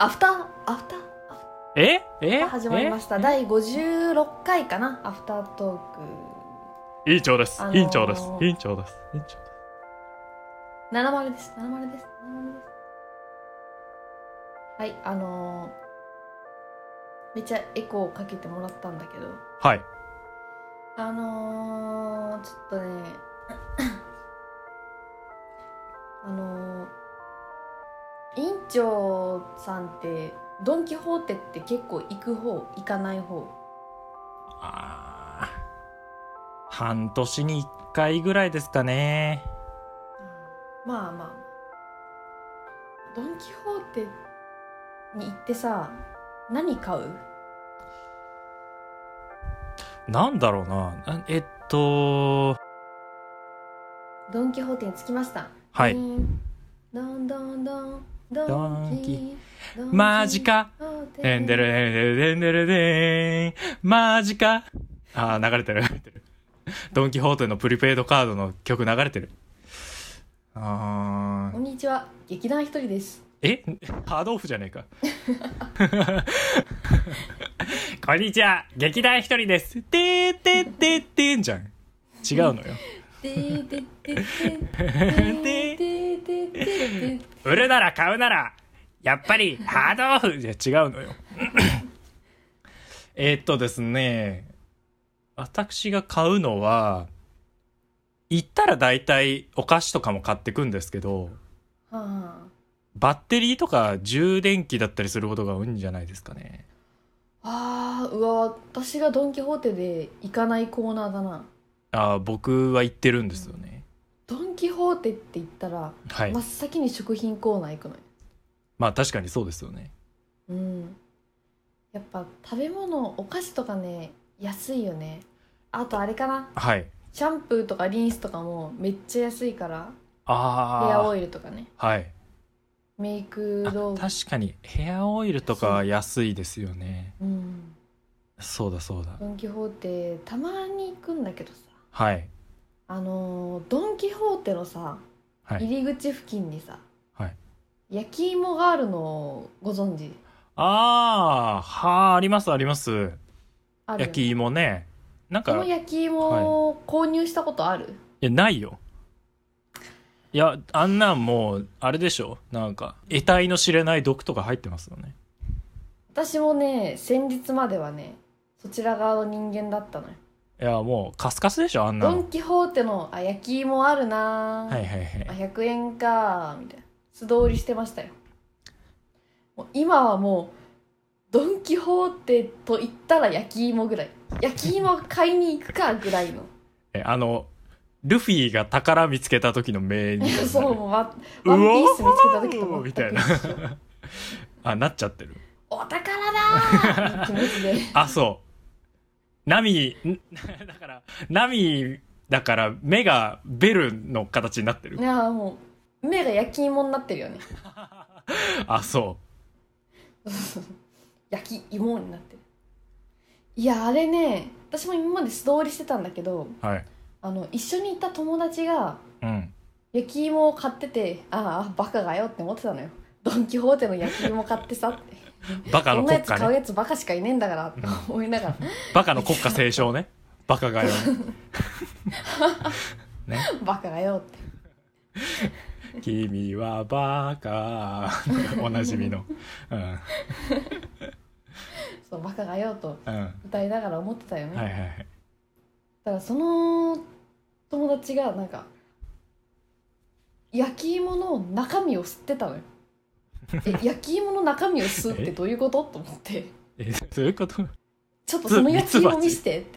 アフター始まりました。第56回かな、アフタートーク。 委員長です。委員長です。委員長です。委員長です。 70です。はい、めっちゃエコーかけてもらったんだけど、 はい。 ちょっとね委員長さんってドン・キホーテって結構行く方行かない方？ 半年に1回ぐらいですかね。 まあドン・キホーテに行ってさ、何買う？ なんだろうな。 ドン・キホーテに着きました。 はい。 ドンキマジかデンデレデンデレデンデレデンマジか。流れてるドン・キホーテのプリペイドカードの曲流れてる。 こんにちは、劇団ひとりです。 ハードオフじゃねえかこんにちは、劇団ひとりです。てーてーてーてーんじゃん。違うのよ売るなら買うならやっぱりハードオフじゃ違うのよですね、私が買うのは行ったら大体お菓子とかも買ってくんですけど、バッテリーとか充電器だったりすることが多いんじゃないですかね。 うわ、私がドン・キホーテで行かないコーナーだな。 僕は行ってるんですよね。 ドン・キホーテって言ったら、 はい、 真っ先に食品コーナー行くのよ。 まあ確かにそうですよね。 やっぱ食べ物、お菓子とかね、安いよね。あとあれかな、 はい。 シャンプーとかリンスとかもめっちゃ安いから、ヘヘアオイルとかね、 はい、 メイク道具。 確かにヘアオイルとかは安いですよね。そうだドン・キホーテたまに行くんだけどさ、 はい、 ドン・キホーテのさ、 はい、 入り口付近にさ、 はい、 焼き芋があるのをご存知？ ありますあります。 ある。 焼き芋ね。なんかこの焼き芋を購入したことある？ いや、ないよ。いや、あんなんもうあれでしょ、なんか得体の知れない毒とか入ってますよね。 私もね、先日まではね、そちら側の人間だったのよ。 いや、もうカスカスでしょ、あんなの。 ドン・キホーテの焼き芋あるなー、 はいはいはい。 100円かーみたいな素通りしてましたよ。もう今はもうドン・キホーテと言ったら焼き芋ぐらい、焼き芋買いに行くかぐらいのルフィが宝見つけた時の名にそう、ワンピース見つけた時と全くみたいななっちゃってる。 お宝だー気持ちでそうナミだから目がベルの形になってる。 いや、もう目が焼き芋になってるよねそう焼き芋になってる。いや、あれね、私も今まで素通りしてたんだけど、 はい、 一緒にいた友達が焼き芋を買ってて、バカがよって思ってたのよ。ドン・キホーテの焼き芋買ってさってバカの国家ね、 そんなやつ買うやつバカしかいねえんだからって思いながら、 バカの国家斉唱ねバカがよねバカがよって君はバカおなじみのそうバカがよと歌いながら思ってたよね。 はいはいはい。 だからその友達がなんか焼き芋の中身を吸ってたのよ焼き芋の中身を吸うってどういうことと思って、 どういうこと？ ちょっとその焼き芋見してって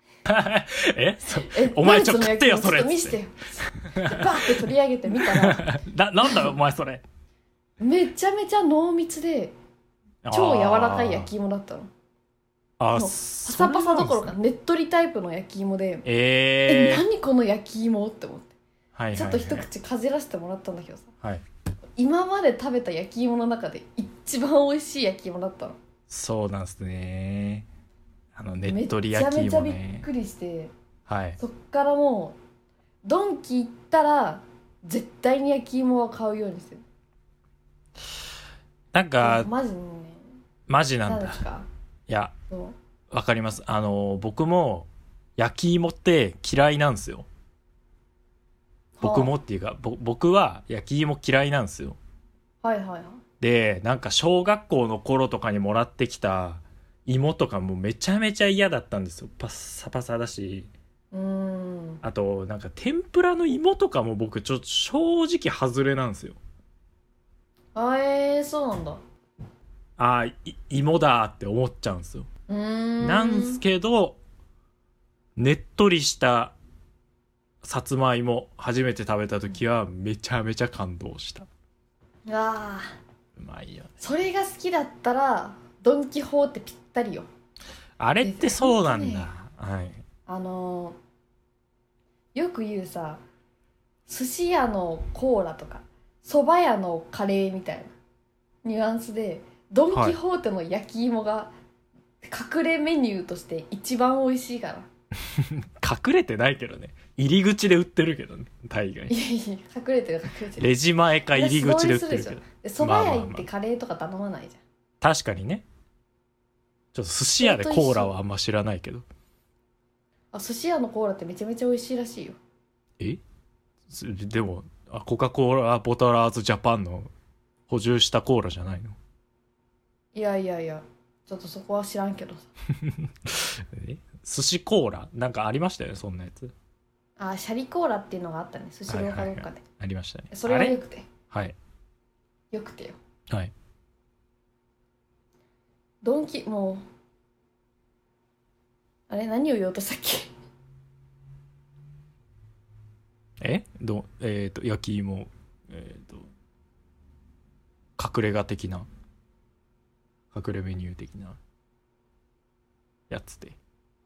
お前ちょっと食ってよそれっ見してよバーって取り上げてみたらなんだお前それ、 めちゃめちゃ濃密で超柔らかい焼き芋だったの。パサパサどころかねっとりタイプの焼き芋で、何この焼き芋って思って、ちょっと一口かじらせてもらったんだけどさ、今まで食べた焼き芋の中で一番美味しい焼き芋だったの。 そうなんですね。ねっとり焼き芋ね、 めちゃめちゃびっくりして、 はい、 そっからもうドンキ行ったら絶対に焼き芋は買うようにしてる。 なんかマジね。 マジなんだ。いや、わかります。僕も焼き芋って嫌いなんですよ。僕もっていうか、僕は焼き芋嫌いなんですよ。 はいはいはい。で、 なんか小学校の頃とかにもらってきた芋とかもめちゃめちゃ嫌だったんですよ。パッサパサだし。あとなんか天ぷらの芋とかも僕ちょっと正直外れなんですよ。 そうなんだ。 芋だって思っちゃうんですよ。なんすけど、ねっとりしたさつまいも初めて食べた時はめちゃめちゃ感動した。うまいよね。 それが好きだったらドン・キホーテぴったりよ。 あれってそうなんだ、ね、はい。 よく言うさ、寿司屋のコーラとか蕎麦屋のカレーみたいなニュアンスで、ドン・キホーテの焼き芋が隠れメニューとして一番美味しいから隠れてないけどね、入り口で売ってるけどね、大概。 隠れてるレジ前か入り口で売ってるけど。 蕎麦屋行ってカレーとか頼まないじゃん。 確かにね。ちょっと寿司屋でコーラはあんま知らないけど。 寿司屋のコーラってめちゃめちゃ美味しいらしいよ。 でもコカ・コーラボトラーズジャパンの補充したコーラじゃないの？ いやちょっとそこは知らんけどさ寿司コーラなんかありましたよね、そんなやつ。 シャリコーラっていうのがあったね、寿司ローかどっかで、 ありましたね。 それはよくて、 はいよくてよ。 はい。 ドンキもう何を言おうとしたっけ焼き芋、隠れ家的な、隠れメニュー的なやつで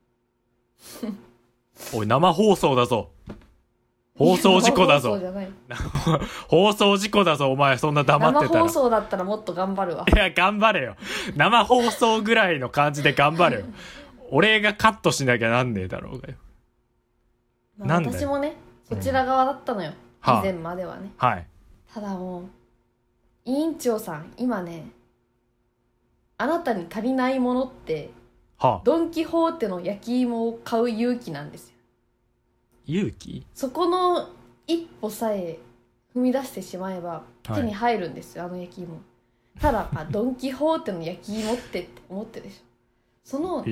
おい、生放送だぞ、放送事故だぞ放送事故だぞ、お前そんな黙ってたら。 生放送だったらもっと頑張るわ。 いや頑張れよ、生放送ぐらいの感じで頑張れよ俺がカットしなきゃなんねえだろうがよ。 なんで私もねそちら側だったのよ、以前まではね。 はい。 ただもう委員長さん今ね、あなたに足りないものって、ドン・キホーテの焼き芋を買う勇気なんですよ。 勇気？ そこの一歩さえ踏み出してしまえば手に入るんですよ、あの焼き芋。ただドン・キホーテの焼き芋って思ってるでしょ。その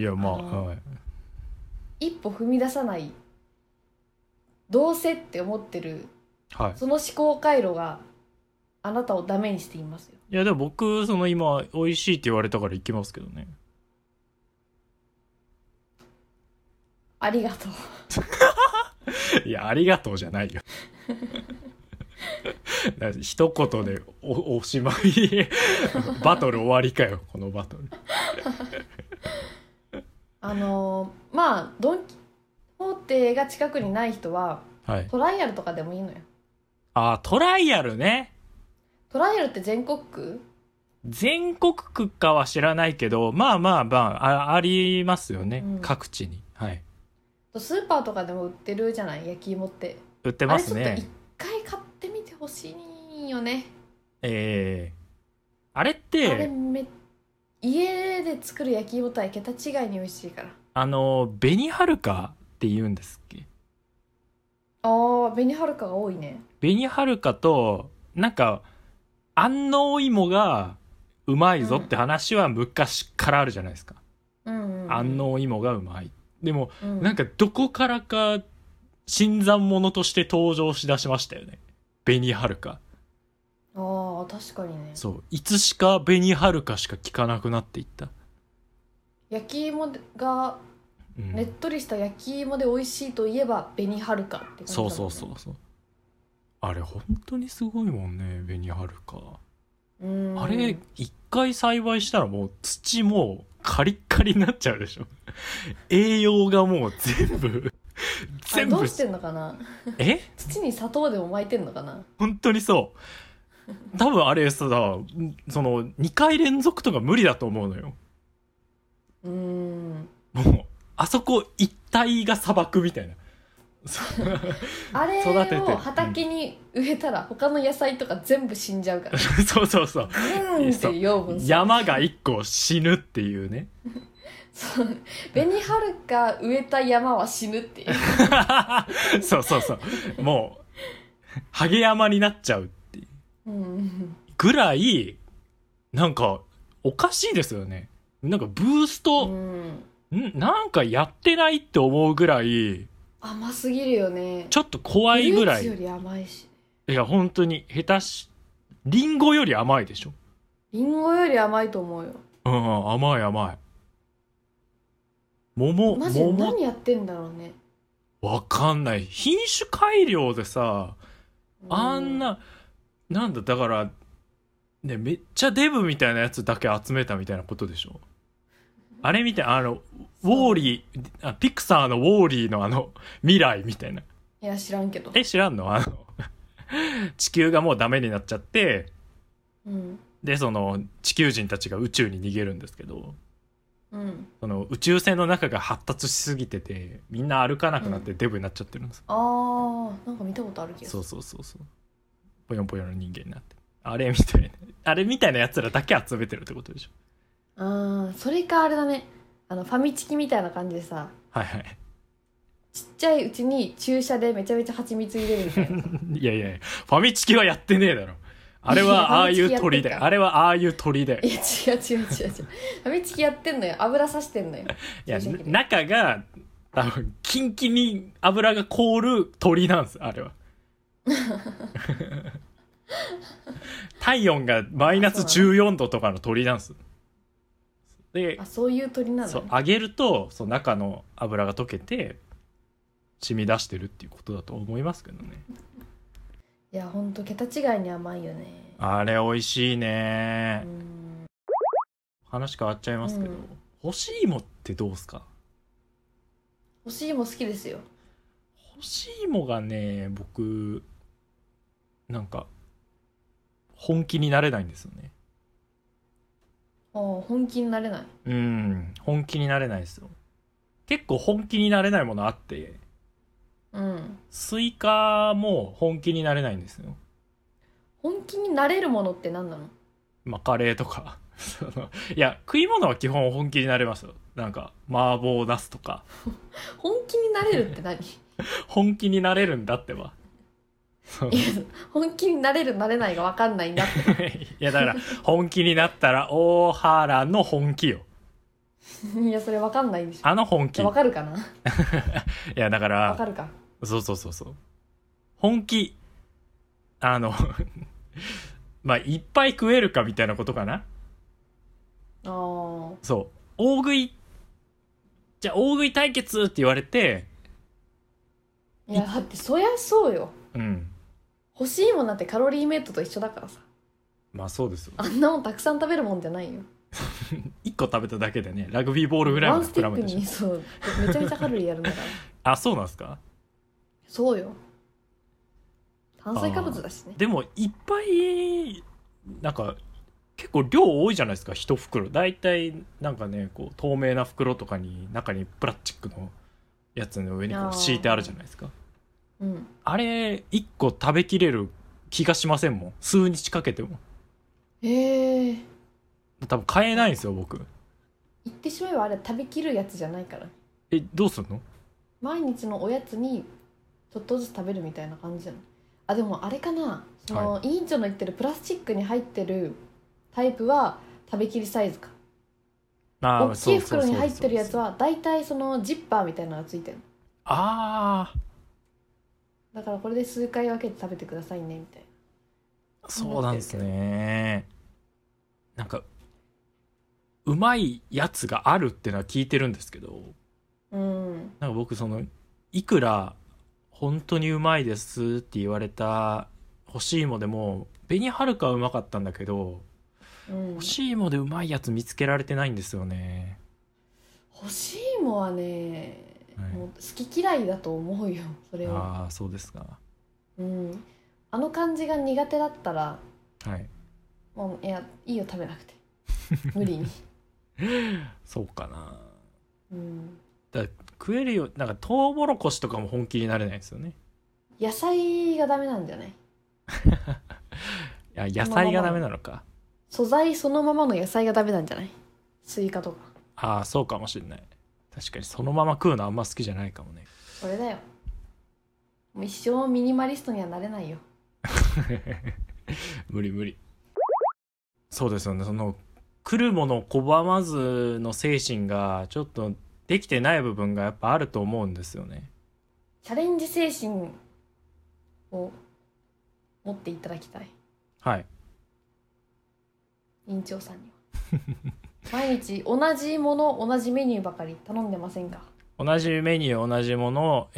一歩踏み出さない、どうせって思ってる、その思考回路があなたをダメにしていますよ。 いやでも僕今美味しいって言われたから行きますけどね。 ありがとういやありがとうじゃないよ一言で おしまいバトル終わりかよ、このバトルドン・キホーテが近くにない人は、トライアルとかでもいいのよ。 トライアルね。 トライアルって全国区かは知らないけど、まあありますよね、各地に。はい。 スーパーとかでも売ってるじゃない、焼き芋って。 売ってますね。 あれちょっと一回買ってみてほしいよね。 あれって家で作る焼き芋とは桁違いに美味しいから。 紅はるかって言うんですっけ？ 紅はるかが多いね。 紅はるかとなんか安納芋がうまいぞって話は昔からあるじゃないですか。安納芋がうまい。でも、なんかどこからか新参者として登場しだしましたよね、紅はるか。 確かにね。 そう、いつしか紅はるかしか聞かなくなっていった。 焼き芋がねっとりした焼き芋で美味しいといえば紅はるかって感じだもんね。 そうあれ本当にすごいもんね、紅はるか。あれ一回栽培したらもう土もうカリッカリになっちゃうでしょ栄養がもう全部どうしてんのかな土に砂糖でも巻いてんのかな。 本当にそう多分あれさ、2回連続とか無理だと思うのよ。もうあそこ一帯が砂漠みたいなあれを畑に植えたら他の野菜とか全部死んじゃうからそうーンっていう養分。 山が一個死ぬっていうね。 そう。紅はるか植えた山は死ぬっていう。 そうそうそう。もう、ハゲ山になっちゃうっていう。ぐらい、なんか、おかしいですよね。なんかブースト、なんかやってないって思うぐらい、 甘すぎるよね。 ちょっと怖いぐらい。 フルーツより甘いし。 いや、本当に、リンゴより甘いでしょ。 リンゴより甘いと思うよ。 うん、甘い甘い。 マジで何やってんだろうね。 わかんない。品種改良でさ、あんな、なんだ、だから、ね、めっちゃデブみたいなやつだけ集めたみたいなことでしょ。あれみたい、ウォーリー、ピクサーのウォーリーの未来みたいな。 いや、知らんけど。 知らんの地球がもうダメになっちゃって、で、その、地球人たちが宇宙に逃げるんですけど、その宇宙船の中が発達しすぎてて、みんな歩かなくなってデブになっちゃってるんです。 なんか見たことある気がする。 そう。ぽよんぽよんの人間になって。あれみたいなやつらだけ集めてるってことでしょ。 それかあれだね。ファミチキみたいな感じでさ。 はいはい。 ちっちゃいうちに注射でめちゃめちゃ蜂蜜入れるみたいな。 いや、ファミチキはやってねえだろ。あれはああいう鳥で。あれはああいう鳥で。 いや、違う。ファミチキやってんのよ。油さしてんのよ。 いや、中が、多分、キンキンに油が凍る鳥なんです、あれは。体温がマイナス14度とかの鳥なんです。で、 そういう鳥なの、ね、 そう、揚げると、中の油が溶けて、染み出してるっていうことだと思いますけどね。 いや、ほんと桁違いに甘いよね。 あれ美味しいね。話変わっちゃいますけど、干し芋ってどうすか？ 干し芋好きですよ。 干し芋がね、僕なんか本気になれないんですよね。 本気になれない。 本気になれないですよ。結構本気になれないものあって、スイカも本気になれないんですよ。 本気になれるものって何なの？ カレーとかいや、食い物は基本本気になれますよ。なんか麻婆茄子とか本気になれるって何？ 本気になれるんだってば。 いや、本気になれるなれないが分かんないんだっていや、だから本気になったら大原の本気よ。 いや、それ分かんないでしょ。 本気分かるかな。いや、だから分かるか。 そう本気、いっぱい食えるかみたいなことかな。そう、大食い対決って言われて、 いや、だってそりゃそうよ。欲しいもんなんてカロリーメイトと一緒だからさ。 そうですよ。 あんなもんたくさん食べるもんじゃないよ。 1個食べただけでね、ラグビーボールぐらいまで膨らむでしょ。 ワンスティックにそうめちゃめちゃカロリーやるんだから。 そうなんですか？ そうよ。炭水化物だしね。 でもいっぱいなんか結構量多いじゃないですか、1袋。だいたいなんかね、こう透明な袋とかに中にプラスチックのやつの上にこう敷いてあるじゃないですか。あれ1個食べきれる気がしませんもん、数日かけても。多分買えないんですよ、僕。 言ってしまえばあれ食べきるやつじゃないから。 どうすんの？ 毎日のおやつにちょっとずつ食べるみたいな感じじゃない？でもあれかな、委員長の言ってるプラスチックに入ってるタイプは食べきりサイズか。大きい袋に入ってるやつはだいたいそのジッパーみたいなのがついてる。だからこれで数回分けて食べてくださいねみたいな。 そうなんですね。なんかうまいやつがあるってのは聞いてるんですけど、なんか僕いくら本当にうまいですって言われた干し芋でも、紅はるかはうまかったんだけど、干し芋でうまいやつ見つけられてないんですよね。 干し芋はね、もう好き嫌いだと思うよ、それは。 そうですか。 あの感じが苦手だったら、もういいよ食べなくて無理にそうかな。だ食えるよ。なんかトウモロコシとかも本気になれないですよね。 野菜がダメなんじゃない？ いや、野菜がダメなのか。 素材そのままの野菜がダメなんじゃない？スイカとか。 ああ、そうかもしれない。確かにそのまま食うのあんま好きじゃないかもね。 それだよ。もう一生ミニマリストにはなれないよ。 無理無理。そうですよね。その来るものを拒まずの精神がちょっとできてない部分がやっぱあると思うんですよね。 チャレンジ精神を持っていただきたい。 はい。 院長さんには。毎日同じもの同じメニューばかり頼んでませんか？ 同じメニュー同じもの、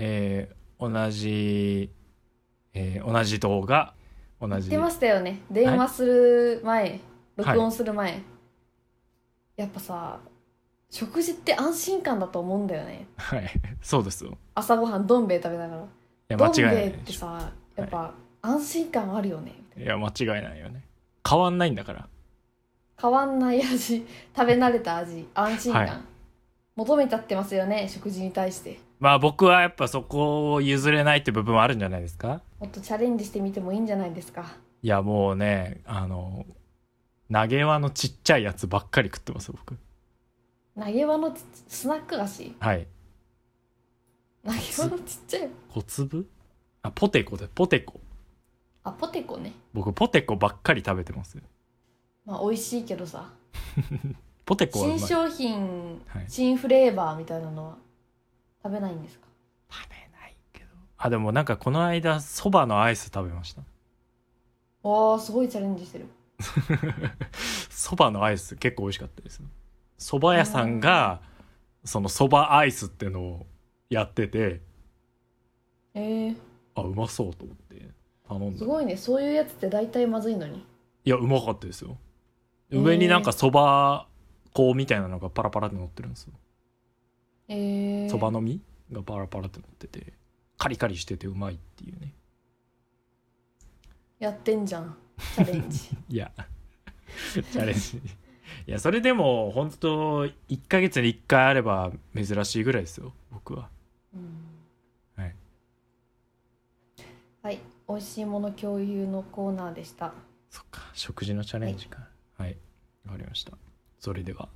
同じ動画同じ。 言ってましたよね。電話する前、録音する前、やっぱさ、食事って安心感だと思うんだよね。 はい、そうですよ。 朝ごはんどん兵衛食べながら。 いや間違いない。 どん兵衛ってさ、やっぱ安心感あるよね。 いや間違いないよね。変わんないんだから。 変わんない味、食べ慣れた味、安心感、はい、求めちゃってますよね、食事に対して。 まあ僕はやっぱそこを譲れないって部分はあるんじゃないですか。 もっとチャレンジしてみてもいいんじゃないですか。 いやもうね、投げ輪のちっちゃいやつばっかり食ってます僕。 投げ輪のスナック菓子。 はい。 投げ輪のちっちゃい小粒。あ、ポテコでポテコ。 あ、ポテコね。 僕ポテコばっかり食べてます。 まあ美味しいけどさ。 ポテコはうまい。 新商品、はい、新フレーバーみたいなのは食べないんですか？ 食べないけど。あ、でもなんかこの間そばのアイス食べました。 わあ、すごいチャレンジしてる。 そばのアイス結構美味しかったです。そば屋さんがそのそばアイスってのをやってて、あ、うまそうと思って頼んだ。 すごいね。そういうやつって大体まずいのに。 いや、うまかったですよ。上になんかそば粉みたいなのがパラパラって乗ってるんですよ。そばの実がパラパラって乗ってて、カリカリしててうまいっていうね。 やってんじゃん、チャレンジ。 いやチャレンジいや、それでも本当1ヶ月に1回あれば珍しいぐらいですよ僕は。はい、 はい、美味しいもの共有のコーナーでした。 そっか、食事のチャレンジか。はい、わかりました。それでは。